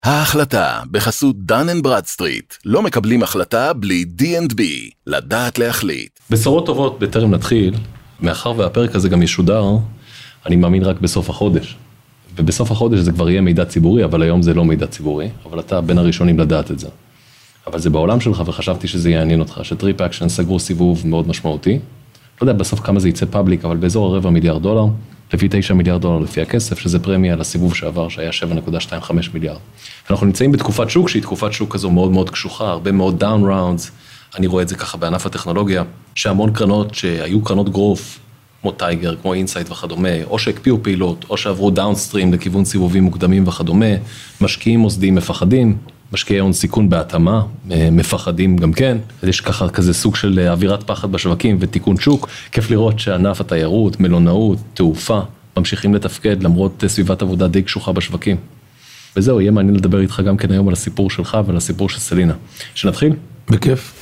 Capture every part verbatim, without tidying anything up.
ההחלטה בחסות דן אנד ברדסטריט. לא מקבלים החלטה בלי די אנד בי. לדעת להחליט. בשורות טובות בטרם נתחיל, מאחר והפרק הזה גם ישודר, אני מאמין רק בסוף החודש. ובסוף החודש זה כבר יהיה מידע ציבורי, אבל היום זה לא מידע ציבורי, אבל אתה בין הראשונים לדעת את זה. אבל זה בעולם שלך וחשבתי שזה יעניין אותך, שטריפ אקשן סגרו סיבוב מאוד משמעותי. לא יודע בסוף כמה זה יצא פאבליק, אבל באזור הרבע מיליארד דולר, לפי תשע מיליארד דולר לפי הכסף, שזה פרמיה לסיבוב שעבר, שהיה שבע נקודה עשרים וחמש מיליארד. אנחנו נמצאים בתקופת שוק, שהיא תקופת שוק כזו מאוד מאוד קשוחה, הרבה מאוד דאון ראונדס, אני רואה את זה ככה בענף הטכנולוגיה, שהמון קרנות שהיו קרנות גרוף, כמו טייגר, כמו אינסייט וכדומה, או שהקפיאו פעילות, או שעברו דאונסטרים לכיוון סיבובים מוקדמים וכדומה, משקיעים מוסדיים מפחדים, משקיעי הון סיכון בהתאמה, מפחדים גם כן, יש ככה כזה סוג של אווירת פחד בשווקים ותיקון שוק, כיף לראות שענף התיירות, מלונאות, תעופה, ממשיכים לתפקד למרות סביבת עבודה די קשוחה בשווקים. וזהו, יהיה מעניין לדבר איתך גם כן היום על הסיפור שלך ועל הסיפור של סלינה. שנתחיל? בכיף.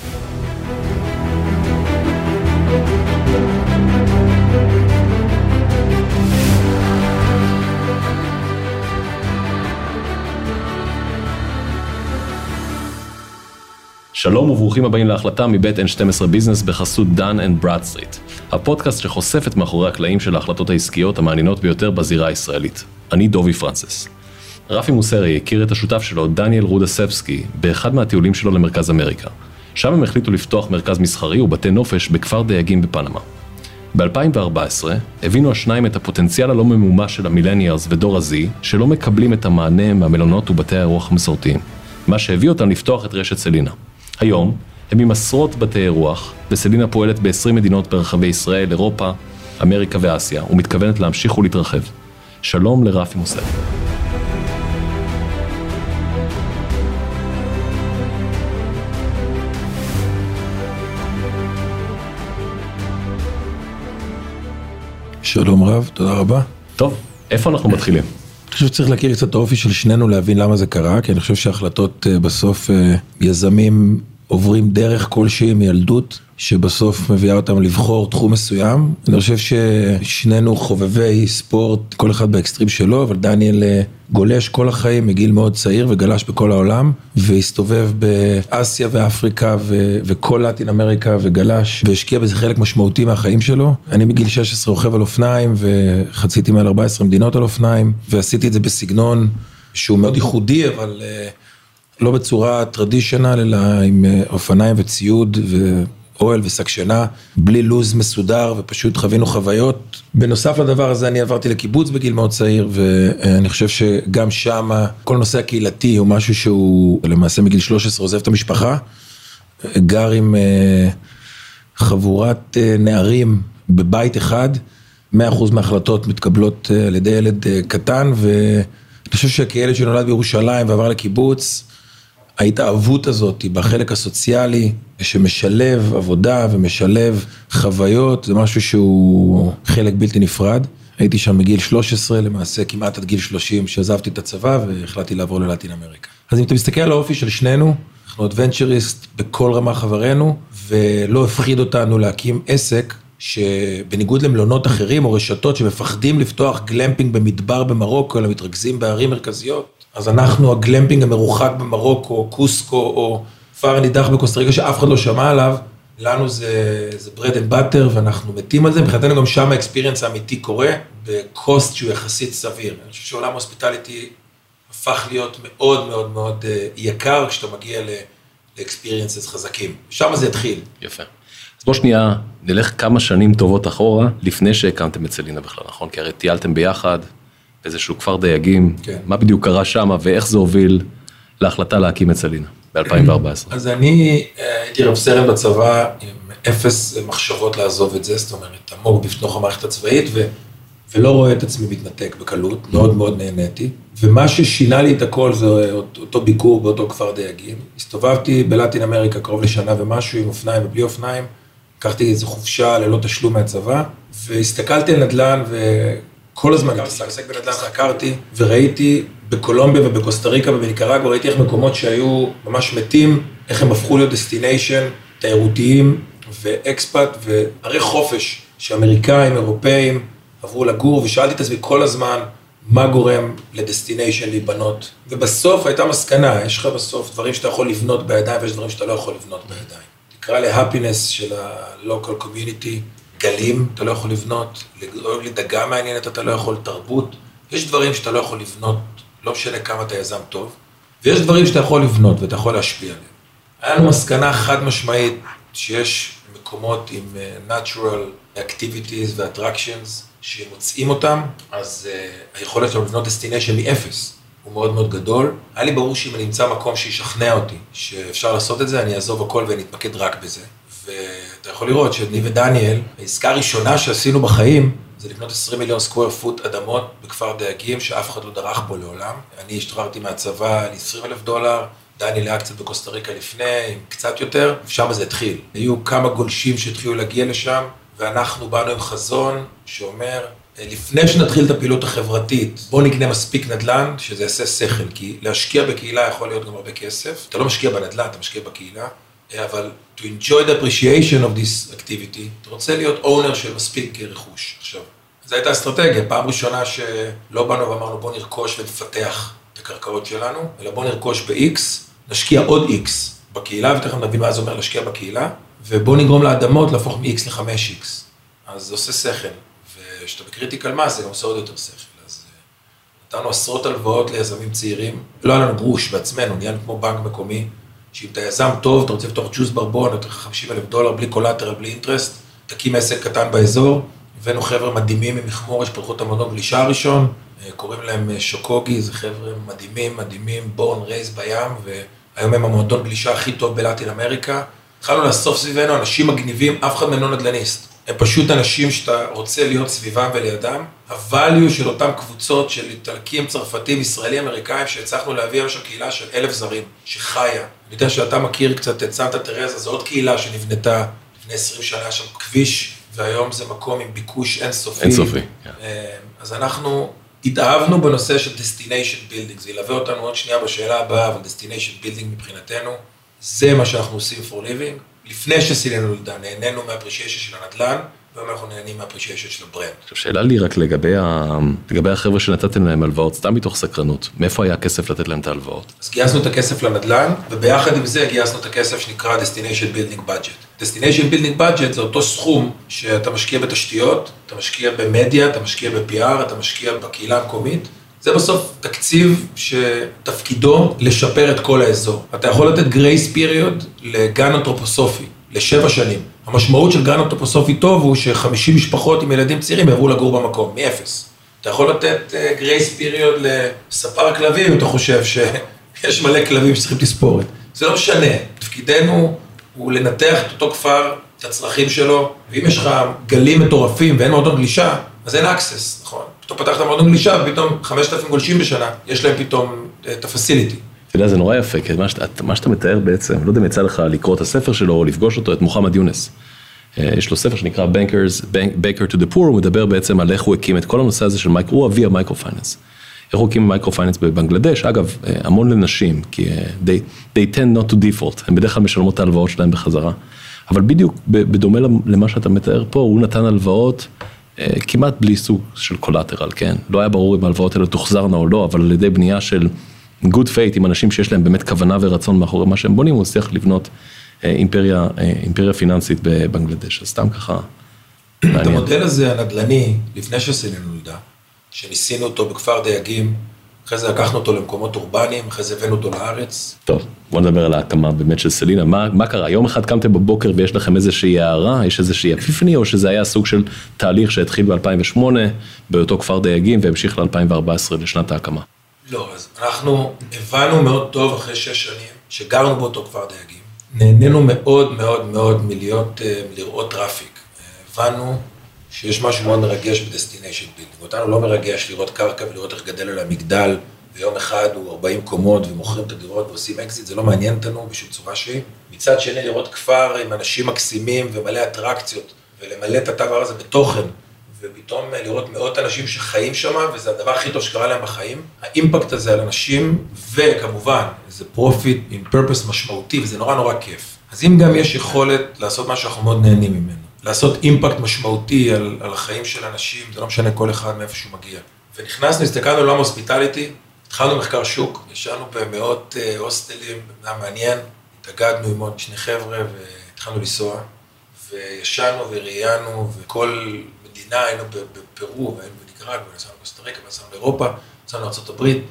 שלום וברוכים הבאים להחלטה מבית אן שתים עשרה ביזנס בחסות דן אנד ברדסטריט, הפודקאסט שחושפת מאחורי הקלעים של ההחלטות העסקיות המעניינות ביותר בזירה הישראלית. אני דובי פרנסס. רפי מוסרי הכיר את השותף שלו, דניאל רודסבסקי, באחד מהטיולים שלו למרכז אמריקה. שם הם החליטו לפתוח מרכז מסחרי ובתי נופש בכפר דייגים בפנמה. ב-אלפיים וארבע עשרה הבינו השניים את הפוטנציאל הלא ממומש של המילניאלס ודור הזי, שלא מקבלים את המענה מהמלונות ובתי האירוח המסורתיים, מה שהביא אותם לפתוח את רשת סלינה. היום הם עם עשרות בתי אירוח, וסלינה פועלת ב-עשרים מדינות ברחבי ישראל, אירופה, אמריקה ואסיה, ומתכוונת להמשיך ולהתרחב. שלום לרפי מוסרי. שלום רב, תודה רבה. טוב, איפה אנחנו מתחילים? אני חושב שצריך להכיר קצת את האופי של שנינו להבין למה זה קרה, כי אני חושב שההחלטות בסוף יזמים עוברים דרך כלשהי מילדות, שבסוף מביאה אותם לבחור תחום מסוים. אני חושב ששנינו חובבי ספורט, כל אחד באקסטרים שלו, אבל דניאל גולש כל החיים מגיל מאוד צעיר וגלש בכל העולם, והסתובב באסיה ואפריקה ו- וכל לטין אמריקה וגלש, והשקיע בזה חלק משמעותי מהחיים שלו. אני מגיל שש עשרה רוכב על אופניים, וחציתי מעל ארבע עשרה מדינות על אופניים, ועשיתי את זה בסגנון שהוא מאוד ייחודי, אבל לא בצורה טרדישיונל, אלא עם אופניים וציוד ואוהל וסקשנה, בלי לוז מסודר, ופשוט חווינו חוויות. בנוסף לדבר הזה, אני עברתי לקיבוץ בגיל מאוד צעיר, ואני חושב שגם שם, כל נושא הקהילתי הוא משהו שהוא למעשה מגיל שלוש עשרה עוזב את המשפחה, גר עם חבורת נערים בבית אחד, מאה אחוז מההחלטות מתקבלות על ידי ילד קטן, ואני חושב שכילד שנולד בירושלים ועבר לקיבוץ, ההתאהבות הזאת בחלק הסוציאלי, שמשלב עבודה ומשלב חוויות, זה משהו שהוא חלק בלתי נפרד. הייתי שם מגיל שלוש עשרה, למעשה כמעט עד גיל שלושים, שעזבתי את הצבא והחלטתי לעבור ללטין אמריקה. אז אם אתה מסתכל על האופי של שנינו, אנחנו אדוונצ'ריסט בכל רמה חברנו, ולא הפחיד אותנו להקים עסק, שבניגוד למלונות אחרים או רשתות שמפחדים לפתוח גלמפינג במדבר במרוקו, אלא מתרכזים בערים מרכזיות, אז אנחנו הגלמפינג המרוחק במרוקו, קוסקו או פאר נידח בקוסטה ריקה שאף אחד לא שמע עליו, לנו זה, זה bread and butter ואנחנו מתים על זה, מבחינתנו גם שם האקספיריאנס האמיתי קורה, בקוסט שהוא יחסית סביר. אני חושב שעולם הוספיטליטי הפך להיות מאוד מאוד מאוד יקר כשאתה מגיע לאקספיריאנסס חזקים, שם זה התחיל. יפה. אז בוא שנייה, נלך כמה שנים טובות אחורה, לפני שהקמתם את סלינה בכלל, נכון? כי הרי טיילתם ביחד, באיזשהו כפר דייגים, כן. מה בדיוק קרה שם, ואיך זה הוביל להחלטה להקים את סלינה, ב-אלפיים וארבע עשרה? אז אני הייתי רב סרן בצבא, עם אפס מחשבות לעזוב את זה, זאת אומרת, עמוק בפנוך המערכת הצבאית, ו... ולא רואה את עצמי מתנתק בקלות, מאוד מאוד נהניתי, ומה ששינה לי את הכל זה אותו ביקור באותו כפר דייגים. הסתובבתי בלטין אמריקה קרוב לשנה ומשהו, עם אופניים ובלי אופניים, לקחתי איזו חופשה ללא תשלום מהצבא, והסתכלתי על נדל"ן, וכל הזמן התעסק בנדל"ן, חקרתי, וראיתי בקולומביה ובקוסטה ריקה ובניקרגואה, ראיתי איך מקומות שהיו ממש מתים, איך הם הפכו להיות דסטיניישן, תיירותיים ואקספט, וערי חופש שאמריקאים, אירופאים, עברו לגור, ושאלתי את עצמי כל הזמן, מה גורם לדסטיניישן להיבנות, ובסוף הייתה מסקנה, יש לך בסוף דברים שאתה יכול לבנות בידיים, ויש דברים שאתה לא יכול לבנות בידיים. תקרא להפינס של ה-local community, גלים, אתה לא יכול לבנות, לדגה מעניינת, אתה לא יכול תרבות, יש דברים שאתה לא יכול לבנות, לא משנה כמה אתה יזם טוב, ויש דברים שאתה יכול לבנות ואתה יכול להשפיע עליהם. היה לנו מסקנה חד משמעית שיש מקומות עם natural activities ו-attractions שמוצאים אותם, אז uh, היכולת שלנו לבנות destination מאפס הוא מאוד מאוד גדול. היה לי ברור שאם אני אמצא מקום שישכנע אותי שאפשר לעשות את זה, אני אעזוב הכל ונתמקד רק בזה. ואתה יכול לראות שאני ודניאל, העסקה הראשונה שעשינו בחיים, זה לבנות עשרים מיליון סקוואר פוט אדמות בכפר דייגים, שאף אחד לא דרך בו לעולם. אני השתחררתי מהצבא על עשרים אלף דולר, דניאל היה קצת בקוסטה ריקה לפני, עם קצת יותר, ושם זה התחיל. היו כמה גולשים שהתחילו להגיע לשם, ואנחנו באנו עם חזון שאומר, לפני שנתחיל את הפעילות החברתית, בוא נקנה מספיק נדל"ן, שזה יעשה שכל, כי להשקיע בקהילה יכול להיות גם הרבה כסף. אתה לא משקיע בנדל"ן, אתה משקיע בקהילה, אבל to enjoy the appreciation of this activity, אתה רוצה להיות owner של מספיק רכוש. עכשיו, זו הייתה אסטרטגיה, פעם ראשונה שלא באנו ואמרנו בוא נרכוש ונפתח את הקרקעות שלנו, אלא בוא נרכוש ב-X, נשקיע עוד X בקהילה, ותכף נבין מה זה אומר להשקיע בקהילה, ובוא נגרום לאדמות להפוך מ-X ל-חמש אקס. אז זה עושה שכל, ושאתה בקריטיקל מס, זה גם עושה עוד יותר שכל. אז נתנו עשרות הלוואות ליזמים צעירים, לא היה לנו גרוש בעצמנו, נהיינו כמו בנק מקומי, שאם אתה יזם טוב, אתה רוצה לפתוח ג'וס ברבון, אתה חמישים אלף דולר, בלי קולטרל, בלי אינטרסט, תקים עסק קטן באזור, הבאנו חבר'ה מדהימים ממחמור, שפתחו את המועדון גלישה הראשון, קוראים להם שוקוגי, זה חבר'ה מדהימים, מדהימים, בורן רייז בים, והיום הם המועדון גלישה הכי טוב בלטין אמריקה. התחלנו לאסוף סביבנו אנשים מגניבים, אף אחד מהם לא נדל"ניסט. הם פשוט אנשים שאתה רוצה להיות סביבם ולידם. הvalue של אותם קבוצות של איטלקים, צרפתים, ישראלים, אמריקאים, שהצלחנו להביא עכשיו קהילה של אלף זרים, שחיה. אני יודע שאתה מכיר קצת את סנטה טרזה, זו עוד קהילה שנבנתה לפני עשרים שנה, שם כביש, והיום זה מקום עם ביקוש אינסופי. אינסופי. אז אנחנו התאהבנו בנושא של destination building, זה ילווה אותנו עוד שנייה בשאלה הבאה, אבל destination building מבחינתנו, זה מה שאנחנו עושים for living. לפני שסילנו לדע, נהנינו מהאפרישיישן של הנדל"ן, והיום אנחנו נהנים מהאפרישיישן של הברנד. עכשיו, שאלה לי רק לגבי, ה... לגבי החבר'ה שנתתם להם הלוואות, סתם מתוך סקרנות, מאיפה היה כסף לתת להם את ההלוואות? אז גייסנו את הכסף לנדל"ן, וביחד עם זה גייסנו את הכסף שנקרא Destination Building Budget. Destination Building Budget זה אותו סכום שאתה משקיע בתשתיות, אתה משקיע במדיה, אתה משקיע ב-פי אר, אתה משקיע בקהילה המקומית, זה בסוף תקציב שתפקידו לשפר את כל האזור. אתה יכול לתת גרייס פיריוד לגן אנתרופוסופי, לשבע שנים. המשמעות של גן אנתרופוסופי טוב הוא ש-חמישים משפחות עם ילדים צעירים יעברו לגור במקום, מאפס. אתה יכול לתת גרייס פיריוד לספר כלבים, אם אתה חושב שיש מלא כלבים שצריכים תספורת. זה לא משנה. תפקידנו הוא לנתח את אותו כפר, את הצרכים שלו, ואם יש לך גלים מטורפים ואין מועדון גלישה, אז אין אקסס, נכון? פתאום פתחת מועדון גלישה, ופתאום חמשת אלפים גולשים בשנה, יש להם פתאום את הפסיליטי. אתה יודע, זה נורא יפה, כי מה שאתה, מה שאתה מתאר בעצם, לא יודע אם יצא לך לקרוא את הספר שלו, או לפגוש אותו, את מוחמד יונס. יש לו ספר שנקרא Bankers, Baker to the Poor, הוא מדבר בעצם על איך הוא הקים את כל הנושא הזה של מייקרו, הוא אבי המייקרו-פייננס. איך הוא הקים מייקרו-פייננס בבנגלדש, אגב, המון לנשים, כי they, they tend not to default, הם בדרך כלל משלמות את ההלוואות שלהם בחזרה. אבל בדיוק, בדומה למה שאתה מתאר פה, הוא נתן הלוואות, כמעט בלי סוג של קולטרל, כן? לא היה ברור אם ההלוואות האלה תוחזרנה או לא, אבל על ידי בנייה של good faith, עם אנשים שיש להם באמת כוונה ורצון מאחורי מה שהם בונים, הוא צריך לבנות אימפריה, אימפריה פיננסית בבנגלדש. אז סתם ככה את המודל הזה הנדל"ני, לפני שסילנו נולדה, שניסינו אותו בכפר דייגים, אחרי זה לקחנו אותו למקומות אורבניים, אחרי זה הבאנו אותו לארץ. טוב, בוא נדבר על ההקמה באמת של סלינה. מה, מה קרה? יום אחד קמתם בבוקר ויש לכם איזושהי הערה, יש איזושהי אפיפני, או שזה היה סוג של תהליך שהתחיל ב-אלפיים ושמונה, באותו כפר דייגים, והמשיך ל-אלפיים וארבע עשרה לשנת ההקמה? לא, אז אנחנו הבנו מאוד טוב אחרי שש שנים, שגרנו באותו כפר דייגים. נהנינו מאוד מאוד מאוד מלהיות, מלראות טראפיק. הבנו שיש משהו מאוד מרגש בדסטיניישן בילדינג. אותנו לא מרגש לראות קרקע ולראות איך גדל עליה מגדל, ויום אחד הוא ארבעים קומות ומוכרים את הדירות ועושים אקזיט, זה לא מעניין אותנו בשום צורה שהיא. מצד שני לראות כפר עם אנשים מקסימים ומלא אטרקציות, ולמלא את הדבר הזה בתוכן, ופתאום לראות מאות אנשים שחיים שם, וזה הדבר הכי טוב שקרה להם בחיים. האימפקט הזה על אנשים, וכמובן, זה פרופיט עם פרפס משמעותי, וזה נורא נורא כיף. אז אם גם יש יכולת לעשות מה שאנחנו מאוד נהנים ממנו, לעשות אימפקט משמעותי על, על החיים של אנשים, זה לא משנה כל אחד מאיפה שהוא מגיע. ונכנסנו, הסתכלנו לעולם הוספיטליטי, התחלנו מחקר שוק, ישנו במאות הוסטלים, בבנה מעניין, התאגדנו עם עוד שני חבר'ה והתחלנו לנסוע, וישנו וראיינו, וכל מדינה היינו בפרו, והיינו בניקרגואה, ונסענו בקוסטה ריקה, ונסענו לאירופה, נסענו לארצות הברית,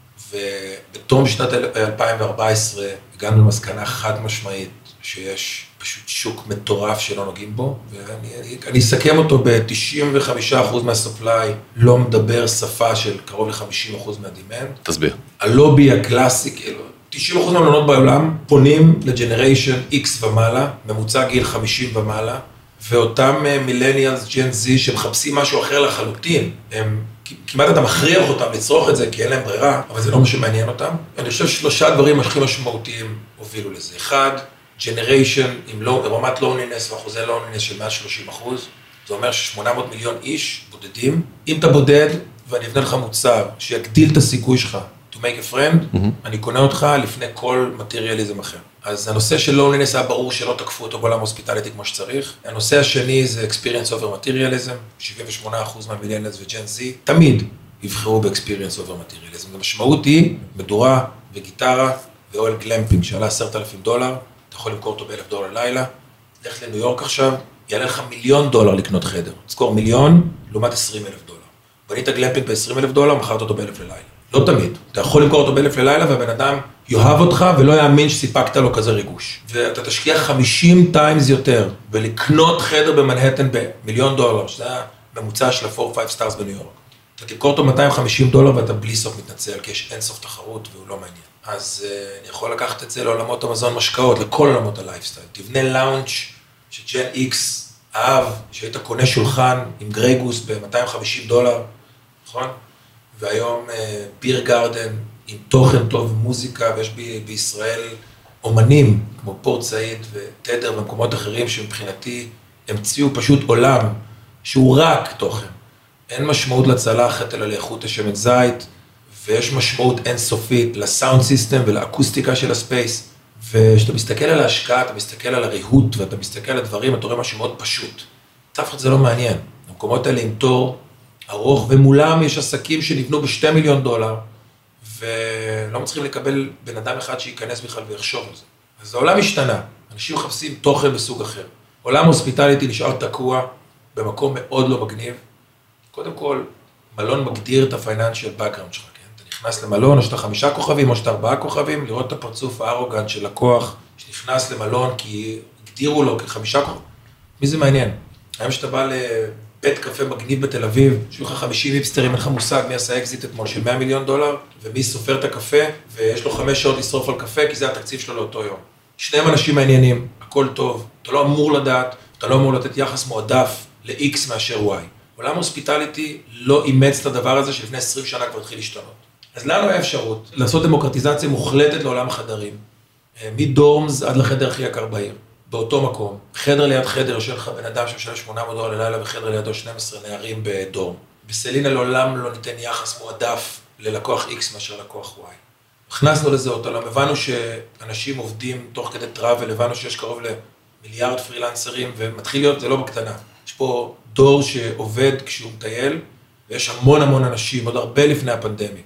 ובתום שנת אלפיים וארבע עשרה הגענו למסקנה חד משמעית, שיש פשוט שוק מטורף שלא נוגעים בו, ואני אני אסכם אותו ב-תשעים וחמישה אחוז מהסופליי, לא מדבר שפה של קרוב ל-חמישים אחוז מהדימנד. תסביר. הלובי הקלאסי, כאילו, תשעים אחוז מהמלונות בעולם פונים לג'נריישן X ומעלה, ממוצע גיל חמישים ומעלה, ואותם מילניאלס, ג'ן זי, שמחפשים משהו אחר לחלוטין, הם, כמעט אתה מכריח אותם לצרוך את זה, כי אין להם ברירה, אבל זה לא מה שמעניין אותם. אני חושב שלושה דברים הכי משמעותיים הובילו לזה. אחד, ג'נריישן עם רמת לונלינס ואחוזי לונלינס של מעל שלושים אחוז, זה אומר ש-שמונה מאות מיליון איש בודדים. אם אתה בודד ואני אבנה לך מוצר שיגדיל את הסיכוי שלך to make a friend, mm-hmm. אני קונה אותך לפני כל מטריאליזם אחר. אז הנושא של לונלינס היה ברור שלא תקפו אותו בעולם הוספיטליטי כמו שצריך. הנושא השני זה experience over materialism, שבעים ושמונה אחוז מהמילניאלס וג'ן זי, תמיד יבחרו ב-experience over materialism. המשמעות היא מדורה וגיטרה ואוהל גלמפינג שעלה עשרת אלפים דולר, אתה יכול למכור אותו באלף דולר לילה, לך לניו יורק עכשיו, יעלה לך מיליון דולר לקנות חדר. תזכור מיליון לעומת עשרים אלף דולר. בנית גלמפינג ב-עשרים אלף דולר, מכרת אותו באלף ללילה. לא תמיד. אתה יכול למכור אותו באלף ללילה, והבן אדם יאהב אותך ולא יאמין שסיפקת לו כזה ריגוש. ואתה תשקיע חמישים טיימס יותר, ולקנות חדר במנהטן במיליון דולר, שזה הממוצע של ה-ארבע חמש סטארס בניו יורק. אתה תמכור אותו מאתיים וחמישים דולר, ואתה בלי סוף מתנצל, כי יש אין סוף תחרות והוא לא מעניין. אז uh, אני יכול לקחת את זה לעולמות המזון משקאות, לכל עולמות הלייפסטייל. תבנה לאונג' שג'ן איקס אהב, שהיית קונה שולחן עם גרייגוס ב-מאתיים וחמישים דולר, נכון? והיום uh, ביר גרדן עם תוכן טוב ומוזיקה, ויש ב- בישראל אומנים כמו פורט סעיד וטדר ומקומות אחרים שמבחינתי המציאו פשוט עולם שהוא רק תוכן. אין משמעות לצלחת אלא לאיכות השמן זית, ויש משמעות אינסופית לסאונד סיסטם ולאקוסטיקה של הספייס, וכשאתה מסתכל על ההשקעה, אתה מסתכל על הריהוט, ואתה מסתכל על הדברים, אתה רואה משהו מאוד פשוט. אף אחד זה לא מעניין. המקומות האלה עם תור ארוך, ומולם יש עסקים שנבנו בשתי מיליון דולר, ולא מצליחים לקבל בן אדם אחד שייכנס בכלל ויחשוב על זה. אז העולם השתנה, אנשים מחפשים תוכן בסוג אחר. עולם הוספיטליטי נשאר תקוע במקום מאוד לא מגניב. קודם כל, מלון מגדיר את הפייננשיאל בקראונד שלך. נכנס למלון, או שאתה חמישה כוכבים, או שאתה ארבעה כוכבים, לראות את הפרצוף הארוגנט של לקוח, שנכנס למלון, כי הגדירו לו כחמישה כוכבים. מי זה מעניין? היום שאתה בא לבית קפה מגניב בתל אביב, שיהיו לך חמישים היפסטרים, אין לך מושג מי עשה אקזיט אתמול של מאה מיליון דולר, ומי סופר את הקפה, ויש לו חמש שעות לשרוף על קפה, כי זה התקציב שלו לאותו יום. שניהם אנשים מעניינים, הכל טוב, אתה לא אמור לדעת, אתה לא אמור לתת יחס מועדף ל-X מאשר Y. עולם הוספיטליטי לא אימץ את הדבר הזה שלפני עשרים שנה כבר התחיל להשתנות. אז לנו היה אפשרות לעשות דמוקרטיזציה מוחלטת לעולם החדרים, מדורמס עד לחדר הכי יקר בעיר, באותו מקום, חדר ליד חדר, יושב לך בן אדם שמשלם שמונה מאות דולר ללילה, וחדר לידו שנים עשר נערים בדורם. בסלינה לעולם לא ניתן יחס מועדף ללקוח X מאשר לקוח Y. הכנסנו לזה אותו, לא הבנו שאנשים עובדים תוך כדי טראבל, הבנו שיש קרוב למיליארד פרילנסרים, ומתחיל להיות, זה לא בקטנה. יש פה דור שעובד כשהוא מטייל, ויש המון המון אנשים, עוד הרבה לפני הפנדמיק,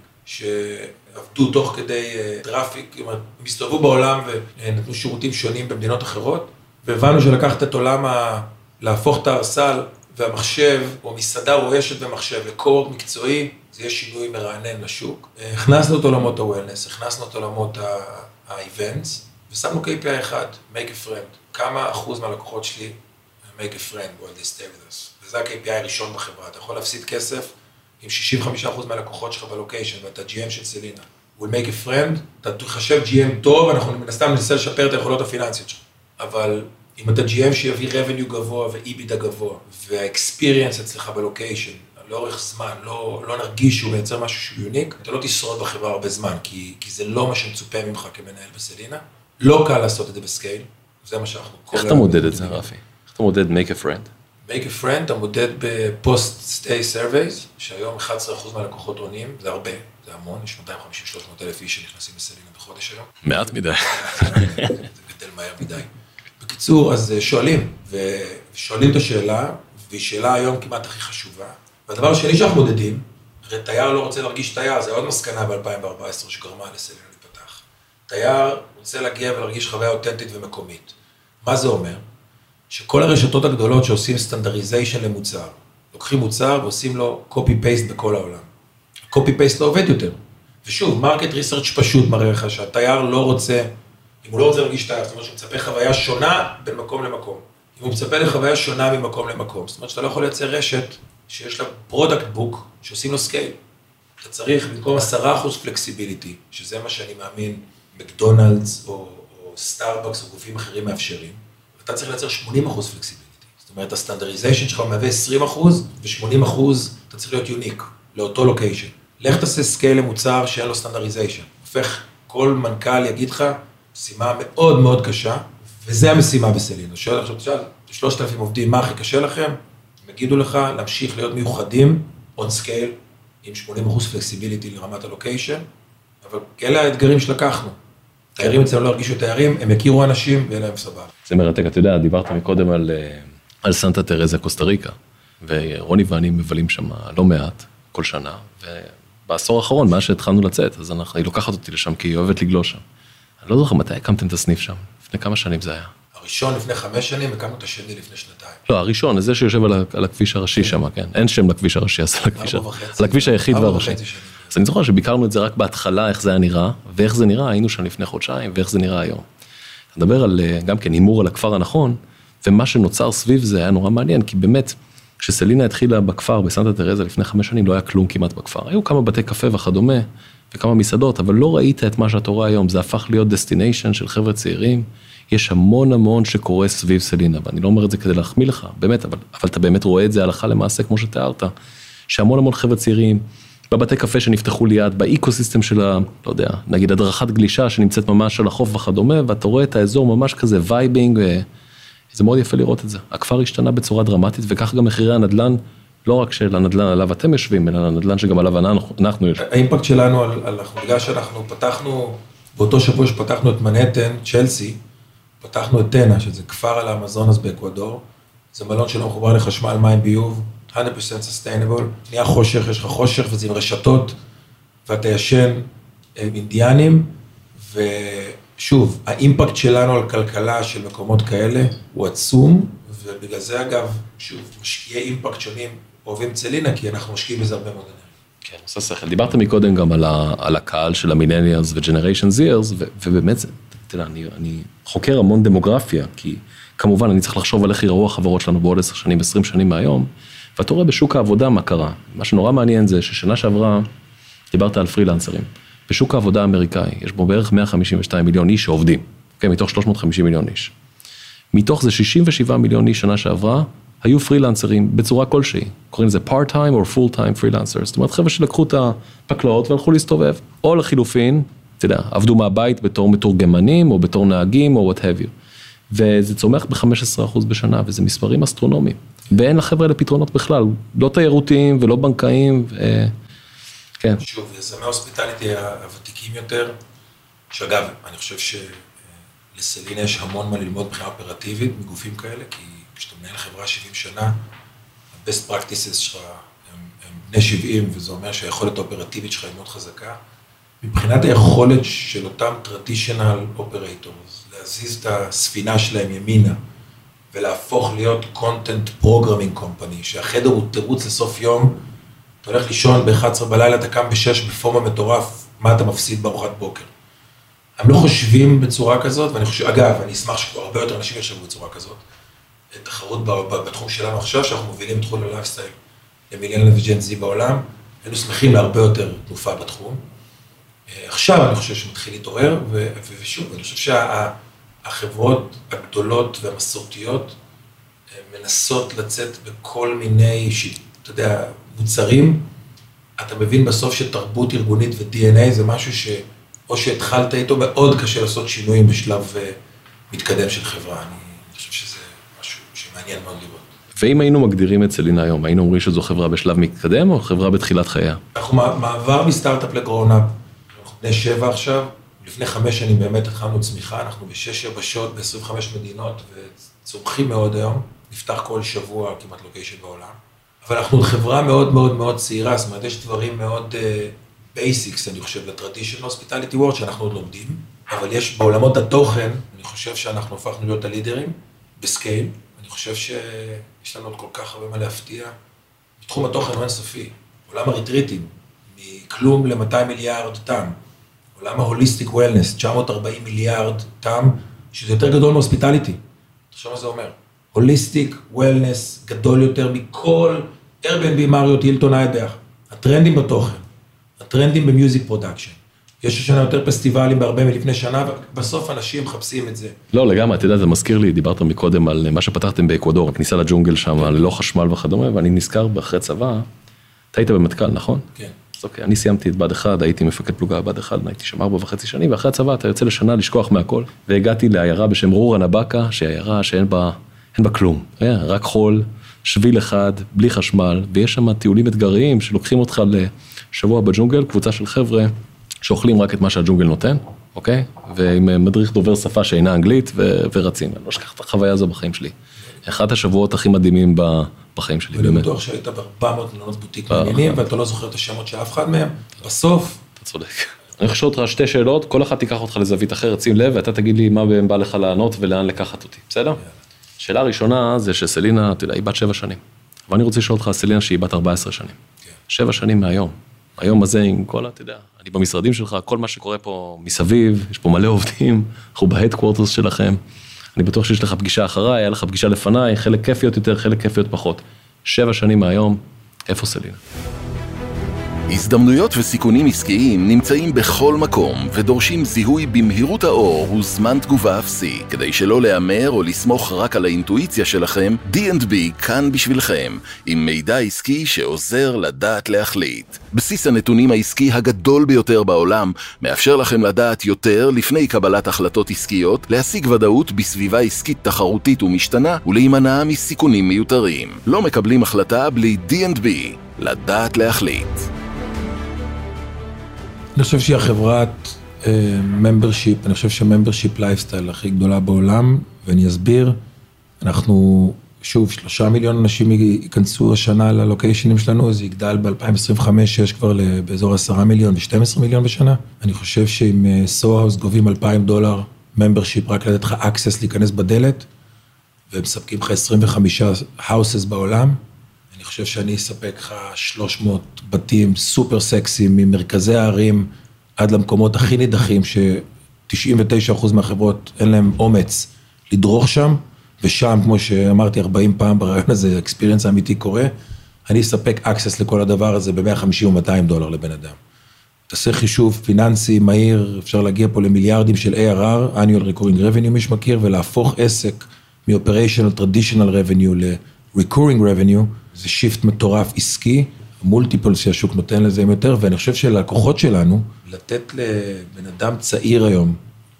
שעבדו תוך כדי טראפיק, הם מסתובבו בעולם ונתנו שירותים שונים במדינות אחרות, והבנו שלקחת את עולם ה... להפוך את הארסל והמחשב, או מסעדה רועשת במחשב, לקורט מקצועי, זה יהיה שינוי מרענן לשוק. הכנסנו את עולמות ה-Wellness, הכנסנו את עולמות ה-Events, ושמנו K P I אחד, make a friend. כמה אחוז מהלקוחות שלי, make a friend, while they stay with us. וזה ה-K P I הראשון בחברה. אתה יכול להפסיד כסף, עם שישים וחמישה אחוז מהלקוחות שלך בלוקיישן, ואתה G M של סלינה. We'll make a friend, אתה תחשב G M טוב, אנחנו מנסתם ננסה לשפר את היכולות הפיננסיות שלך. אבל אם אתה G M שיביא revenue גבוה ו-EBITDA גבוה, וה-experience אצלך בלוקיישן, לאורך זמן, לא, לא נרגיש שהוא מייצר משהו שהוא יוניק, אתה לא תשרוד בחברה הרבה זמן, כי, כי זה לא מה שמצופה ממך כמנהל בסלינה. לא קל לעשות את זה בסקייל, זה מה שאנחנו... איך אתה מודד את זה, רפי? איך אתה מודד make a friend? make a friend, אתה מודד ב-post-stay surveys, שהיום אחד עשר אחוז מהלקוחות עונים, זה הרבה, זה המון, יש מאתיים וחמישים שלוש מאות אלף איש שנכנסים לסלינה בחודש היום. מעט מדי. זה גדל מהר מדי. בקיצור, אז שואלים, ושואלים את השאלה, והיא שאלה היום כמעט הכי חשובה. והדבר השני שאנחנו מודדים, הרי תייר לא רוצה להרגיש תייר, זה עוד מסקנה ב-אלפיים וארבע עשרה שגרמה לסלינה לפתח. תייר רוצה להגיע ולהרגיש חוויה אותנטית ומקומית. מה זה אומר? שכל הרשתות הגדולות שעושים סטנדריזיישן למוצר, לוקחים מוצר ועושים לו copy-paste בכל העולם. copy-paste לא עובד יותר. ושוב, מרקט ריסרצ' פשוט מראה לך שהתייר לא רוצה, אם הוא לא רוצה להרגיש תייר, זאת אומרת שהוא מצפה חוויה שונה בין מקום למקום. אם הוא מצפה לחוויה שונה ממקום למקום, זאת אומרת שאתה לא יכול לייצר רשת שיש לה פרודקט בוק שעושים לו סקייל. אתה צריך במקום עשרה אחוז פלקסיביליטי, שזה מה שאני מאמין, מקדונלדס או, או סטארבקס או גופים אחרים מאפשרים, אתה צריך לייצר שמונים אחוז פלקסיביליטי. זאת אומרת, הסטנדריזיישן שלך מהווה עשרים אחוז, ו-שמונים אחוז אתה צריך להיות יוניק, לאותו לוקיישן. לך תעשה סקייל למוצר שאין לו סטנדריזיישן. הופך, כל מנכ"ל יגיד לך, משימה מאוד מאוד קשה, וזה המשימה בסלינה. שואל עכשיו, תשאל, שלושת אלפים עובדים, מה הכי קשה לכם? הם יגידו לך להמשיך להיות מיוחדים, on scale, עם שמונים אחוז פלקסיביליטי לרמת הלוקיישן, אבל אלה האתגרים שלקחנו. תיירים אצלנו לא הרגישו תיירים, הם יכירו אנשים ואלה הם סבבה. זה מרתק, אתה יודע, דיברת מקודם על, על סנטה טרזה, קוסטה ריקה, ורוני ואני מבלים שם לא מעט, כל שנה, ובעשור האחרון, מאז שהתחלנו לצאת, אז אנחנו, היא לוקחת אותי לשם, כי היא אוהבת לגלוש שם. אני לא זוכר מתי הקמתם את הסניף שם, לפני כמה שנים זה היה. הראשון לפני חמש שנים, הקמנו את השני לפני שנתיים. לא, הראשון, זה שיושב על, על הכביש הראשי שם, כן? אין שם לכביש הראשי, אז על הכביש, על הכביש היחיד והראשי. אז אני זוכר שביקרנו את זה רק בהתחלה, איך זה היה נראה, ואיך זה נראה, היינו שם לפני חודשיים, ואיך זה נראה היום. נדבר על, גם כן, הימור על הכפר הנכון, ומה שנוצר סביב זה היה נורא מעניין, כי באמת, כשסלינה התחילה בכפר, בסנטה טרזה, לפני חמש שנים, לא היה כלום כמעט בכפר. היו כמה בתי קפה וכדומה, וכמה מסעדות, אבל לא ראית את מה שאתה רואה היום, זה הפך להיות דסטיניישן של חבר'ה צעירים, יש המון המון שקורה סביב סלינה, ואני לא אומר את זה כדי להחמיא לך, באמת, אבל, אבל אתה באמת רואה את זה הלכה למעשה, כמו שתיארת, שהמון המון חבר'ה צעירים, בבתי קפה שנפתחו ליד, באקוסיסטם של ה, לא יודע, נגיד הדרכת גלישה, שנמצאת ממש על החוף וכדומה, ואתה רואה את האזור ממש כזה וייבינג, זה מאוד יפה לראות את זה. הכפר השתנה בצורה דרמטית, וכך גם מחירי הנדלן, לא רק של הנדלן עליו אתם יושבים, אלא הנדלן שגם עליו אנחנו יושבים. האימפקט שלנו, על, על, בגלל שאנחנו פתחנו, באותו שבוע שפתחנו את מנהטן, צ'לסי, פתחנו את טנה, שזה כפר על האמזונס באקוודור, זה מלון שלא מחובר לחשמל, מים, ביוב, מאה אחוז sustainable, נהיה חושך, יש לך חושך וזה עם רשתות, ואתה ישן עם אינדיאנים, ושוב, האימפקט שלנו על כלכלה של מקומות כאלה הוא עצום, ובגלל זה אגב, שוב, משקיעי אימפקט שונים אוהבים צלינה, כי אנחנו משקיעים בזה הרבה מאוד אנרגיה. כן, עושה שכל. דיברת מקודם גם על, ה, על הקהל של המילניאלס וג'נריישן זירס, ובאמת, תראה, אני, אני חוקר המון דמוגרפיה, כי כמובן אני צריך לחשוב על איך יראו החברות שלנו בעוד עשר שנים, עשרים שנים מהיום, ואתה רואה בשוק העבודה מה קרה. מה שנורא מעניין זה ששנה שעברה, דיברת על פרילנסרים. בשוק העבודה האמריקאי, יש בו בערך מאה חמישים ושניים מיליון איש שעובדים, okay, מתוך שלוש מאות וחמישים מיליון איש. מתוך זה שישים ושבעה מיליון איש שנה שעברה, היו פרילנסרים בצורה כלשהי. קוראים לזה part-time או full-time freelancers. זאת אומרת, חבר'ה שלקחו את הפקלאות והלכו להסתובב. או לחילופין, אתה יודע, עבדו מהבית בתור מתורגמנים, או בתור נהגים, או what have you. וזה צומח ב-חמישה עשר אחוז בשנה, וזה מספרים אסטרונומיים. ואין לחבר'ה לפתרונות בכלל, לא תיירותיים ולא בנקאיים, ו... כן. שוב, יזמי ההוספיטליטי הוותיקים יותר, שאגב, אני חושב שלסלינה יש המון מה ללמוד מבחינה אופרטיבית מגופים כאלה, כי כשאתה מנהל חברה שבעים שנה, ה-best practices שלך הם, הם בני שבעים, וזה אומר שהיכולת האופרטיבית שלך היא מאוד חזקה. מבחינת היכולת של אותם traditional operators, להזיז את הספינה שלהם ימינה, ולהפוך להיות content programming company, שהחדר הוא תירוץ לסוף יום, אתה הולך לישון ב-אחת עשרה בלילה, אתה קם ב-שש בפורמה מטורף, מה אתה מפסיד בארוחת בוקר. הם לא חושבים בצורה כזאת, ואני חושב, אגב, אני אשמח שהרבה יותר אנשים יחשבו בצורה כזאת, תחרות בתחום שלנו עכשיו, שאנחנו מובילים תחום ללייפסטייל, למילניאל וג'ן זי בעולם, היינו שמחים להרבה יותר תנופה בתחום. עכשיו אני חושב שמתחיל להתעורר, ושוב, אני חושב שהחברות הגדולות והמסורתיות מנסות לצאת בכל מיני, אתה יודע, מוצרים, אתה מבין בסוף שתרבות ארגונית ו-די אן איי זה משהו שאו שהתחלת איתו, מאוד קשה לעשות שינויים בשלב מתקדם של חברה. אני חושב שזה משהו שמעניין מאוד לראות. ואם היינו מגדירים את סלינה היום, היינו אומרים שזו חברה בשלב מתקדם או חברה בתחילת חייה? אנחנו מעבר מסטארט-אפ לגרונאפ, אנחנו בני שבע עכשיו, לפני חמש שנים באמת התחלנו צמיחה, אנחנו בשש יבשות, ב-עשרים וחמש מדינות, וצומחים מאוד היום, נפתח כל שבוע כמעט לוקיישן בעולם. אבל אנחנו חברה מאוד מאוד מאוד צעירה, זאת אומרת, יש דברים מאוד בייסיקס, uh, אני חושב, ל-traditional hospitality world, שאנחנו עוד לומדים, אבל יש בעולמות התוכן, אני חושב שאנחנו הפכנו להיות הלידרים, בסקייל, אני חושב שיש לנו עוד כל כך הרבה מה להפתיע, בתחום התוכן הוא אינסופי, עולם הריטריטים, מכלום ל-מאתיים מיליארד טעם, עולם ההוליסטיק וולנס, תשע מאות וארבעים מיליארד טעם, שזה יותר גדול מההוספיטליטי, תחשוב מה זה אומר, הוליסטיק וולנס גדול יותר מכל Airbnb, מריוט, הילטון, איידח, הטרנדים בתוכן, הטרנדים במיוזיק פרודקשן, יש השנה יותר פסטיבלים בהרבה מלפני שנה, ובסוף אנשים מחפשים את זה. לא, לגמרי, אתה יודע, זה מזכיר לי, דיברת מקודם על מה שפתחתם באקוודור, הכניסה לג'ונגל שם, ללא חשמל וכדומה, ואני נזכר באחרי צבא, אתה היית במטכ"ל, נכון? כן. אז אוקיי, אני סיימתי את בד אחד, הייתי מפקד פלוגה בד אחד, הייתי שם ארבע וחצי שנים, ואחרי הצבא אתה יוצא לשנה לשכוח מהכל, והגעתי לעיירה בשם רורה נבקה, שהיא עיירה שאין בה, אין בה כלום, רק חול, שביל אחד, בלי חשמל, ויש שם טיולים אתגריים שלוקחים אותך לשבוע בג'ונגל, קבוצה של חבר'ה שאוכלים רק את מה שהג'ונגל נותן, אוקיי? ועם מדריך דובר שפה שאינה אנגלית ו- ורצים. אני לא אשכח את החוויה הזו בחיים שלי. אחד השבועות הכי מדהימים בחיים שלי, באמת. ואני בטוח שהיית ב-ארבע מאות מלונות בוטיק מעניינים, ואתה לא זוכר את השמות של אף אחד מהם, בסוף... אתה צודק. אני חושב אותך שתי שאלות, כל אחד תיקח אותך לזווית אחרת, שים לב, ואתה תגיד לי מה בא לך לענות ולאן לקחת אותי, בסדר? שאלה ראשונה זה שסלינה, אתה יודע, היא בת שבע שנים. ואני רוצה לשאול אותך, סלינה שהיא בת ארבע עשרה שנים. שבע שנים מהיום. היום הזה עם כל, אתה יודע, אני במשרדים שלך, כל מה שקורה פה מסביב, יש פה מלא עובדים, אנחנו בהדקוורטרס שלכם. אני בטוח שיש לך פגישה אחריי, היה לך פגישה לפניי, חלק כיפיות יותר, חלק כיפיות פחות. שבע שנים מהיום, איפה סלינה? הזדמנויות וסיכונים עסקיים נמצאים בכל מקום ודורשים זיהוי במהירות האור וזמן תגובה אפסי. כדי שלא להיאמר או לסמוך רק על האינטואיציה שלכם, די אנד בי כאן בשבילכם, עם מידע עסקי שעוזר לדעת להחליט. בסיס הנתונים העסקי הגדול ביותר בעולם מאפשר לכם לדעת יותר לפני קבלת החלטות עסקיות, להשיג ודאות בסביבה עסקית תחרותית ומשתנה ולהימנע מסיכונים מיותרים. לא מקבלים החלטה בלי די אנד בי, לדעת להחליט. אני חושב שהיא החברת ממברשיפ, uh, אני חושב שממברשיפ לייפסטייל הכי גדולה בעולם, ואני אסביר, אנחנו, שוב, שלושה מיליון אנשים ייכנסו השנה ללוקיישנים שלנו, זה יגדל ב-אלפיים עשרים וחמש, שיש כבר באזור עשרה מיליון ו-שנים עשר מיליון בשנה. אני חושב שעם סו-האוס גובים אלפיים דולר ממברשיפ, רק לתת לך אקסס להיכנס בדלת, והם מספקים לך עשרים וחמישה האוסס בעולם. אני חושב שאני אספק לך שלוש מאות בתים סופר סקסיים ממרכזי הערים עד למקומות הכי נידחים, ש-תשעים ותשעה אחוז מהחברות אין להם אומץ לדרוך שם, ושם, כמו שאמרתי ארבעים פעם ברעיון הזה, האקספיריינס האמיתי קורה, אני אספק אקסס לכל הדבר הזה ב-מאה וחמישים ומאתיים דולר לבן אדם. תעשה חישוב פיננסי מהיר, אפשר להגיע פה למיליארדים של איי אר אר, annual recurring revenue מי שמכיר, ולהפוך עסק מ-operational traditional revenue ל-recurring revenue, זה שיפט מטורף עסקי, המולטיפול שהשוק נותן לזה יותר, ואני חושב שלקוחות שלנו, לתת לבן אדם צעיר היום,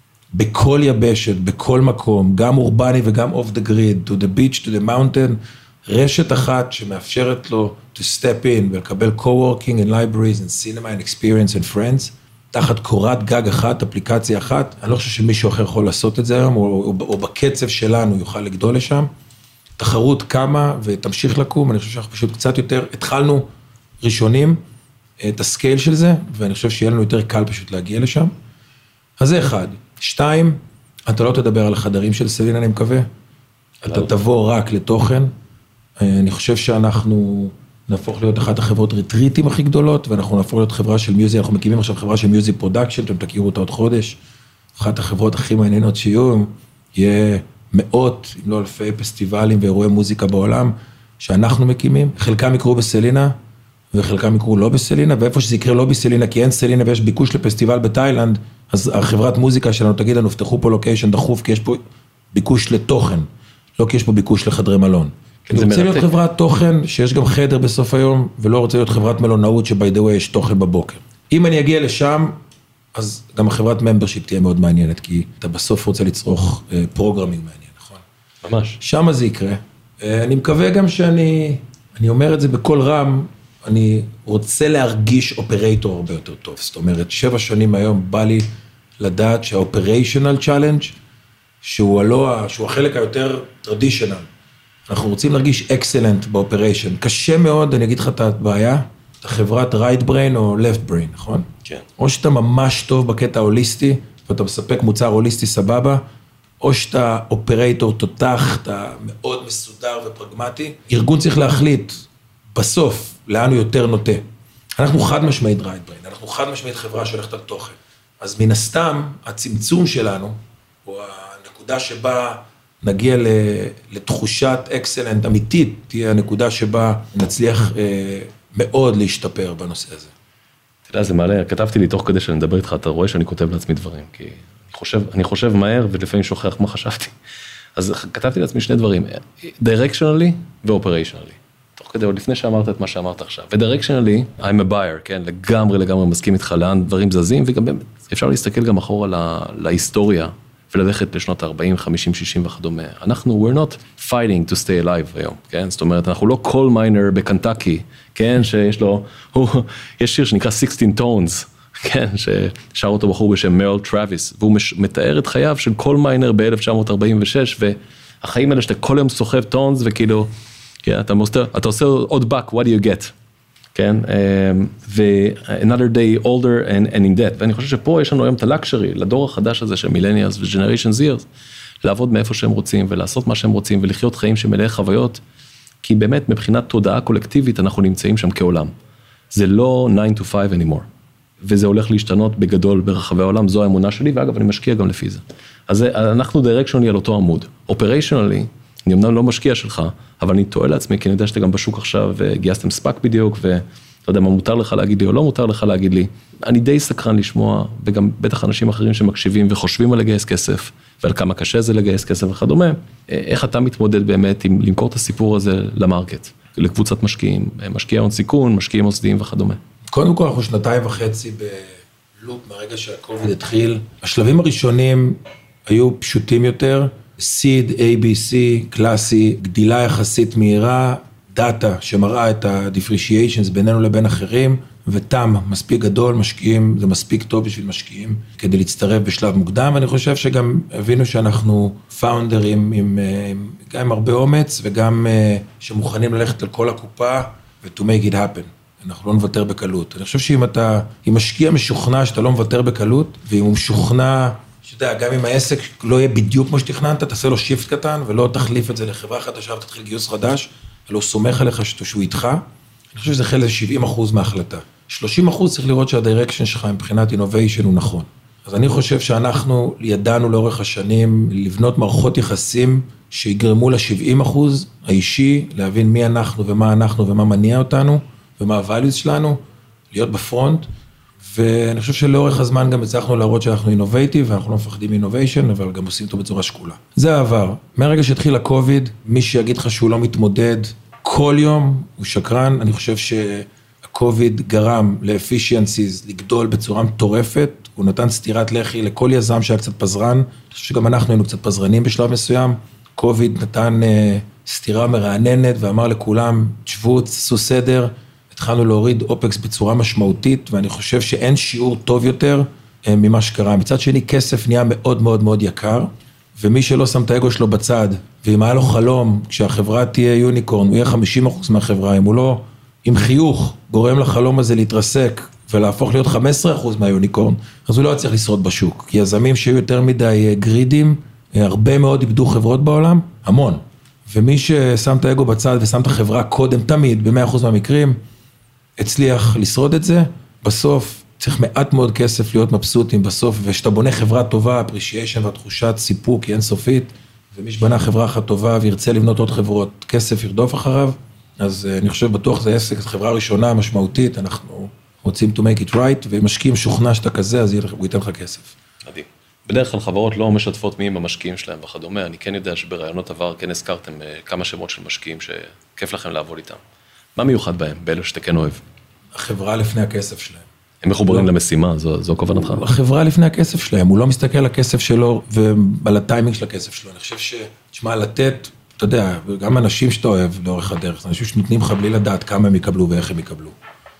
בכל יבשת, בכל מקום, גם אורבני וגם off the grid, to the beach, to the mountain, רשת אחת שמאפשרת לו to step in ולקבל co-working and libraries and cinema and experience and friends, תחת קורת גג אחת, אפליקציה אחת, אני לא חושב שמישהו אחר יכול לעשות את זה היום, או, או, או בקצב שלנו יוכל לגדול לשם, תחרות קמה ותמשיך לקום, אני חושב שאנחנו פשוט קצת יותר, התחלנו ראשונים את הסקייל של זה, ואני חושב שיהיה לנו יותר קל פשוט להגיע לשם. אז זה אחד. שתיים, אתה לא תדבר על החדרים של סלינה, אני מקווה. אתה תבוא רק לתוכן. אני חושב שאנחנו נהפוך להיות אחת החברות ריטריטים הכי גדולות, ואנחנו נהפוך להיות חברה של מיוזיק, אנחנו מקימים עכשיו חברה של מיוזיק פרודקשן, אתם תכירו אותה עוד חודש. אחת החברות הכי מעניינות שיהיו, יהיה מאות, אם לא אלפי פסטיבלים ואירועי מוזיקה בעולם, שאנחנו מקימים, חלקם יקרו בסלינה, וחלקם יקרו לא בסלינה, ואיפה שזה יקרה לא בסלינה, כי אין סלינה ויש ביקוש לפסטיבל בתאילנד, אז החברת מוזיקה שלנו תגיד לנו, פתחו פה לוקיישן דחוף, כי יש פה ביקוש לתוכן, לא כי יש פה ביקוש לחדרי מלון. אני רוצה להיות חברת תוכן, שיש גם חדר בסוף היום, ולא רוצה להיות חברת מלונאות, שבי דה ווי יש תוכן בבוקר. אם אני אגיע לשם, אז גם החברת ממברשיפ תהיה מאוד מעניינת, כי אתה בסוף רוצה לצרוך פרוגרמינג מעניין, נכון? ממש. שם זה יקרה. אני מקווה גם שאני, אני אומר את זה בכל רם, אני רוצה להרגיש אופרייטור הרבה יותר טוב. זאת אומרת, שבע שנים היום בא לי לדעת שהאופריישנל צ'אלנג' שהוא הלא, שהוא החלק היותר טרדישנל, אנחנו רוצים להרגיש אקסלנט באופריישן. קשה מאוד, אני אגיד לך את הבעיה, אתה חברת right brain או left brain, נכון? כן. או שאתה ממש טוב בקטע ההוליסטי, ואתה מספק מוצר הוליסטי סבבה, או שאתה אופרייטור תותח, אתה מאוד מסודר ופרגמטי. ארגון צריך להחליט בסוף לאן הוא יותר נוטה. אנחנו חד משמעית right brain, אנחנו חד משמעית חברה שהולכת על תוכן. אז מן הסתם, הצמצום שלנו, או הנקודה שבה נגיע לתחושת אקסלנט אמיתית, תהיה הנקודה שבה נצליח מאוד להשתפר בנושא הזה. אתה יודע, זה מעלה, כתבתי לי תוך כדי שאני מדבר איתך, אתה רואה שאני כותב לעצמי דברים, כי אני חושב, אני חושב מהר ולפעמים שוכח מה חשבתי. אז כתבתי לעצמי שני דברים, directionally ו-operationally. תוך כדי, עוד לפני שאמרת את מה שאמרת עכשיו. ו-directionally, I'm a buyer, כן, לגמרי, לגמרי מסכים איתך לאן דברים זזים, וגם אפשר להסתכל גם אחורה לה, להיסטוריה, וללכת לשנות ה-ארבעים, חמישים, שישים וכדומה. אנחנו, we're not fighting to stay alive היום, כן? זאת אומרת, אנחנו לא coal miner בקנטקי, כן? שיש לו, הוא, יש שיר שנקרא sixteen tones, כן? ששר אותו בחור בשם מרל טראביס, והוא מתאר את חייו של coal miner ב-אלף תשע מאות ארבעים ושש, והחיים האלה שאתה כל יום סוחב טונס, וכאילו, כן, אתה, מוסתר, אתה עושה עוד buck, what do you get? כן, ו-another day older and, and in debt, ואני חושב שפה יש לנו היום את הלקשרי, לדור החדש הזה של מילניאלס ו-generation Z, לעבוד מאיפה שהם רוצים, ולעשות מה שהם רוצים, ולחיות חיים שמלאי חוויות, כי באמת מבחינת תודעה קולקטיבית, אנחנו נמצאים שם כעולם. זה לא nine to five anymore, וזה הולך להשתנות בגדול ברחבי העולם, זו האמונה שלי, ואגב, אני משקיע גם לפי זה. אז אנחנו directionally על אותו עמוד. Operationally, אני אמנם לא משקיע שלך, אבל אני טועה לעצמי, כי אני יודע שאתה גם בשוק עכשיו, וגייסתם ספק בדיוק, ולא יודע מה מותר לך להגיד לי, או לא מותר לך להגיד לי. אני די סקרן לשמוע, וגם בטח אנשים אחרים שמקשיבים, וחושבים על לגייס כסף, ועל כמה קשה זה לגייס כסף וכדומה, איך אתה מתמודד באמת עם למכור את הסיפור הזה למרקט, לקבוצת משקיעים, משקיעי הון סיכון, משקיעים מוסדיים וכדומה. קודם כל, אנחנו שנתיים וחצי בלופ, מהרגע שהקוביד התחיל. השלבים הראשונים היו פשוטים יותר, סיד, A B C, קלאסי, גדילה יחסית מהירה, דאטה שמראה את ה-differentiations בינינו לבין אחרים, ותם מספיק גדול, משקיעים, זה מספיק טוב בשביל משקיעים, כדי להצטרף בשלב מוקדם, ואני חושב שגם הבינו שאנחנו פאונדרים עם, עם, גם עם הרבה אומץ, וגם שמוכנים ללכת על כל הקופה, ו-to make it happen. אנחנו לא נוותר בקלות. אני חושב שאם אתה, אם משקיע משוכנע שאתה לא מוותר בקלות, ואם הוא משוכנע, שאתה יודע, גם אם העסק לא יהיה בדיוק כמו שתכננת, תעשה לו שיפט קטן, ולא תחליף את זה לחברה חדשה, ותתחיל גיוס חדש, אלא הוא סומך עליך שהוא איתך. אני חושב שזה חלק שבעים אחוז מההחלטה. שלושים אחוז צריך לראות שהדירקשן שלך מבחינת innovation הוא נכון. אז אני חושב שאנחנו ידענו לאורך השנים לבנות מערכות יחסים שיגרמו ל-שבעים אחוז האישי, להבין מי אנחנו ומה אנחנו ומה מניע אותנו, ומה ה-values שלנו, להיות בפרונט, ואני חושב שלאורך הזמן גם הצלחנו להראות שאנחנו אינובייטיב, ואנחנו לא מפחדים אינוביישן, אבל גם עושים אותו בצורה שקולה. זה העבר. מהרגע שהתחיל הקוביד, מי שיגיד לך שהוא לא מתמודד כל יום, הוא שקרן. אני חושב שהקוביד גרם לאפישיאנסיז לגדול בצורה מטורפת, הוא נתן סתירת לחי לכל יזם שהיה קצת פזרן, אני חושב שגם אנחנו היינו קצת פזרנים בשלב מסוים, קוביד נתן אה, סתירה מרעננת, ואמר לכולם, תשבו, תעשו סדר, התחלנו להוריד אופקס בצורה משמעותית, ואני חושב שאין שיעור טוב יותר ממה שקרה. מצד שני, כסף נהיה מאוד מאוד מאוד יקר, ומי שלא שם את האגו שלו בצד, ואם היה לו חלום, כשהחברה תהיה יוניקורן, הוא יהיה חמישים אחוז מהחברה, אם הוא לא, עם חיוך, גורם לחלום הזה להתרסק, ולהפוך להיות חמישה עשר אחוז מהיוניקורן, אז הוא לא צריך לשרוד בשוק, כי יזמים שהיו יותר מדי גרידים, הרבה מאוד איבדו חברות בעולם, המון. ומי ששם את האגו בצד, ושם את החברה קודם, תמיד, ב-מאה אחוז מהמקרים, הצליח לשרוד את זה, בסוף צריך מעט מאוד כסף להיות מבסוטים בסוף, ושאתה בונה חברה טובה, appreciation והתחושת סיפוק היא אינסופית, ומי שבנה חברה אחת טובה וירצה לבנות עוד חברות, כסף ירדוף אחריו, אז אני חושב בטוח זה עסק, זו חברה ראשונה משמעותית, אנחנו רוצים to make it right, ומשקיעים שוכנע שאתה כזה, אז הוא ייתן לך כסף. מדהים. בדרך כלל חברות לא משתפות מי עם המשקיעים שלהם וכדומה, אני כן יודע שברעיונות עבר כן הזכרתם כמה שמות של משקיעים שכיף לכם לעבוד איתם. מה מיוחד בהם, באלו שאתה כן אוהב? החברה לפני הכסף שלהם. הם מחוברים לא. למשימה, זו, זו כוונתך? החברה לפני הכסף שלהם, הוא לא מסתכל על הכסף שלו ועל הטיימינג של הכסף שלו. אני חושב ש, תשמע, לתת, אתה יודע, גם אנשים שאתה אוהב לאורך הדרך, אנשים שנותנים לך בלי לדעת כמה הם יקבלו ואיך הם יקבלו.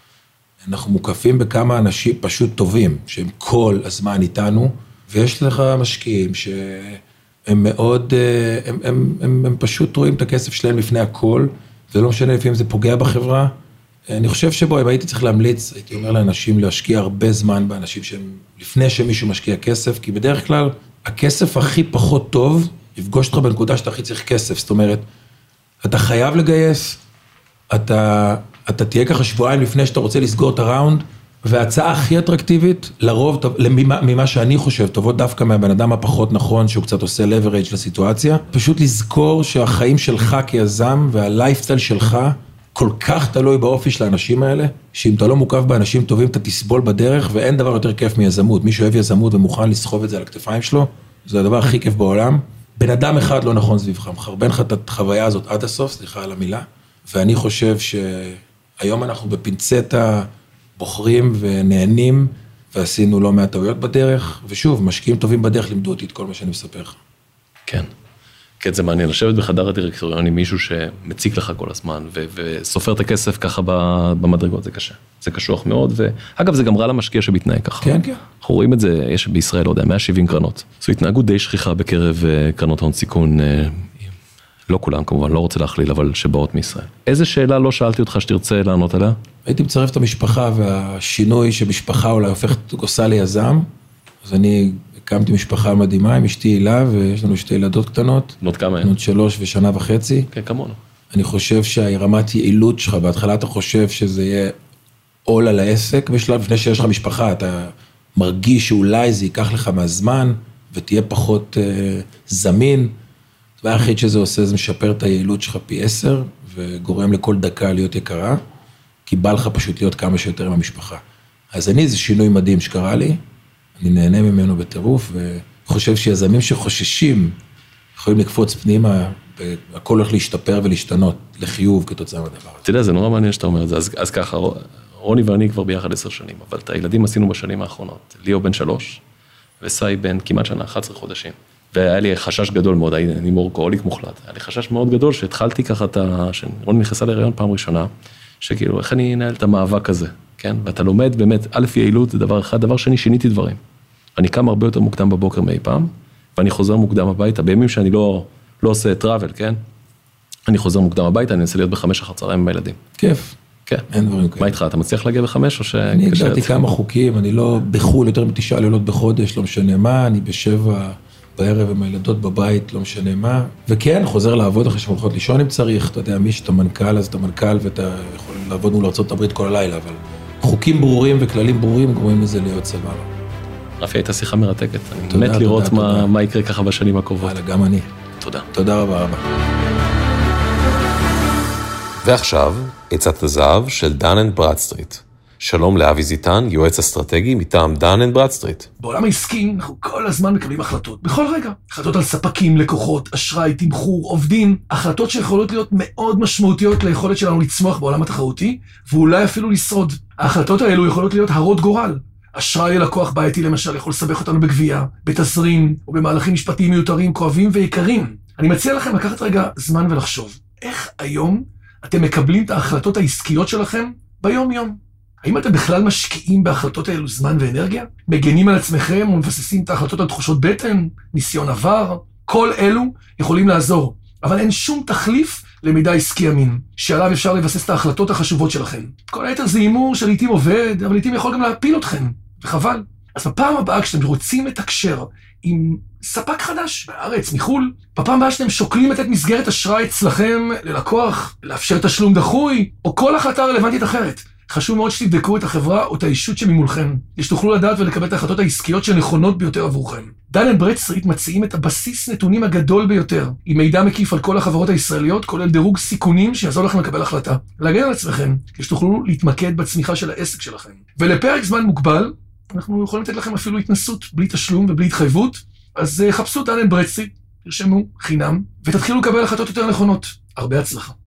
אנחנו מוקפים בכמה אנשים פשוט טובים, שהם כל הזמן איתנו, ויש לך משקיעים שהם הם מאוד, הם, הם, הם, הם פשוט רואים את הכסף שלהם לפני הכל, זה לא משנה לפעמים זה פוגע בחברה. אני חושב שבו, אם הייתי צריך להמליץ, הייתי אומר לאנשים להשקיע הרבה זמן באנשים שהם, לפני שמישהו משקיע כסף, כי בדרך כלל, הכסף הכי פחות טוב, יפגוש אותך בנקודה שאתה הכי צריך כסף, זאת אומרת, אתה חייב לגייס, אתה, אתה תהיה ככה שבועיים לפני שאתה רוצה לסגור את הראונד, וההצעה הכי אטרקטיבית, לרוב, ממה, ממה שאני חושב, תבוא דווקא מהבן אדם הפחות נכון, שהוא קצת עושה leverage לסיטואציה, פשוט לזכור שהחיים שלך כיזם, והלייפסטייל שלך, כל כך תלוי באופי של האנשים האלה, שאם אתה לא מוקף באנשים טובים, אתה תסבול בדרך, ואין דבר יותר כיף מיזמות. מי שאוהב יזמות ומוכן לסחוב את זה על הכתפיים שלו, זה הדבר הכי כיף בעולם. בן אדם אחד לא נכון סביבך, מחרבן לך את החוויה הזאת עד הסוף, סליחה על המילה, ואני חושב שהיום אנחנו בפינצטה בוחרים ונהנים, ועשינו לא מעט טעויות בדרך, ושוב, משקיעים טובים בדרך לימדו אותי את כל מה שאני מספר לך. כן. כן, זה מעניין, לשבת בחדר הדירקטוריון עם מישהו שמציק לך כל הזמן, ו- וסופר את הכסף ככה במדרגות, זה קשה. זה קשוח מאוד, ואגב, זה גם רע למשקיע שמתנהג ככה. כן, כן. אנחנו רואים את זה, יש בישראל, לא יודע, מאה שבעים קרנות. זו התנהגות די שכיחה בקרב קרנות הון סיכון, לא כולם כמובן, לא רוצה להכליל, אבל שבאות מישראל. איזה שאלה לא שאלתי אותך שתרצה לענות עליה? הייתי מצרף את המשפחה, והשינוי שמשפחה אולי הופכת, עושה ליזם, אז אני הקמתי משפחה מדהימה עם אשתי הילה, ויש לנו שתי ילדות קטנות. בנות כמה? בנות שלוש ושנה וחצי. כן, כמונו. אני חושב שהרמת יעילות שלך, בהתחלה אתה חושב שזה יהיה עול על העסק, בשלב לפני שיש לך משפחה, אתה מרגיש שאולי זה ייקח לך מהזמן, ותהיה פחות אה, זמין. והיחיד שזה עושה, זה משפר את היעילות שלך פי עשר, וגורם לכל דקה להיות יקרה, כי בא לך פשוט להיות כמה שיותר עם המשפחה. אז אני, זה שינוי מדהים שקרה לי, אני נהנה ממנו בטירוף, וחושב שיזמים שחוששים, יכולים לקפוץ פנימה, והכל הולך להשתפר ולהשתנות, לחיוב כתוצאה מהדבר הזה. אתה יודע, זה נורא מעניין שאתה אומר את זה, אז, אז ככה, רוני ואני כבר ביחד עשר שנים, אבל את הילדים עשינו בשנים האחרונות, ליאו בן שלוש, וסאי בן כמעט שנה, אחד עשר חודשים. והיה לי חשש גדול מאוד, אני מורקוהוליק מוחלט, היה לי חשש מאוד גדול שהתחלתי ככה את ה... שרוני נכנסה להיריון פעם ראשונה, שכאילו, איך אני אנהל את המאבק הזה, כן? ואתה לומד באמת, א' יעילות זה דבר אחד, דבר שני, שיניתי דברים. אני קם הרבה יותר מוקדם בבוקר מאי פעם, ואני חוזר מוקדם הביתה, בימים שאני לא, לא עושה טראבל, כן? אני חוזר מוקדם הביתה, אני אנסה להיות בחמש אחר צהריים עם הילדים. כיף. כן. אין דברים כאלה. מה איתך, אתה מצליח להגיע בחמש או ש... אני הגעתי כמה חוקים, אני לא בחול יותר מתשעה לילות בחודש, לא משנה מה, אני בשבע בערב עם הילדות בבית, לא משנה מה. וכן, חוזר לעבוד אחרי שהולכות לישון אם צריך, אתה יודע, מי שאתה מנכ"ל, אז אתה מנכ"ל ואתה יכול לעבוד מול ארצות הברית כל הלילה, אבל חוקים ברורים וכללים ברורים גורמים לזה להיות סבבה. רפי, הייתה שיחה מרתקת, אני מת לראות מה יקרה ככה בשנים הקרובות. הלאה, גם אני. תודה. תודה רבה רבה. ועכשיו, עצת הזהב של דן אנד ברדסטריט. שלום לאבי זיתן, יועץ אסטרטגי מטעם דן אנד ברדסטריט. בעולם העסקי אנחנו כל הזמן מקבלים החלטות, בכל רגע. החלטות על ספקים, לקוחות, אשראי, תמחור, עובדים, החלטות שיכולות להיות מאוד משמעותיות ליכולת שלנו לצמוח בעולם התחרותי, ואולי אפילו לשרוד. ההחלטות האלו יכולות להיות הרות גורל. אשראי ללקוח בעייתי למשל יכול לסבך אותנו בגבייה, בתזרים, או במהלכים משפטיים מיותרים, כואבים ויקרים. אני מציע לכם לקחת רגע זמן ולחשוב, איך היום אתם מקבלים את ההחלטות העסקיות שלכם ביום-יום? האם אתם בכלל משקיעים בהחלטות האלו זמן ואנרגיה? מגנים על עצמכם ומבססים את ההחלטות על תחושות בטן, ניסיון עבר? כל אלו יכולים לעזור, אבל אין שום תחליף למידע עסקי אמין, שעליו אפשר לבסס את ההחלטות החשובות שלכם. כל היתר זה אימור שלעיתים עובד, אבל לעיתים יכול גם להפיל אתכם, וחבל. אז בפעם הבאה כשאתם רוצים לתקשר עם ספק חדש בארץ, מחול, בפעם הבאה שאתם שוקלים לתת מסגרת אשראי אצלכם ללקוח, לאפשר תשלום דחוי, או כל החלטה רלוונטית אחרת, חשוב מאוד שתבדקו את החברה או את האישות שממולכם, שתוכלו לדעת ולקבל את ההחלטות העסקיות שנכונות ביותר עבורכם. דן אנד ברדסטריט מציעים את הבסיס נתונים הגדול ביותר, עם מידע מקיף על כל החברות הישראליות, כולל דירוג סיכונים שיעזור לכם לקבל החלטה. להגן על עצמכם, שתוכלו להתמקד בצמיחה של העסק שלכם. ולפרק זמן מוגבל, אנחנו יכולים לתת לכם אפילו התנסות בלי תשלום ובלי התחייבות, אז חפשו דן אנד ברדסטריט, תרשמו חינם, ותתחילו לקבל החלטות יותר נכונות. הרבה הצלחה.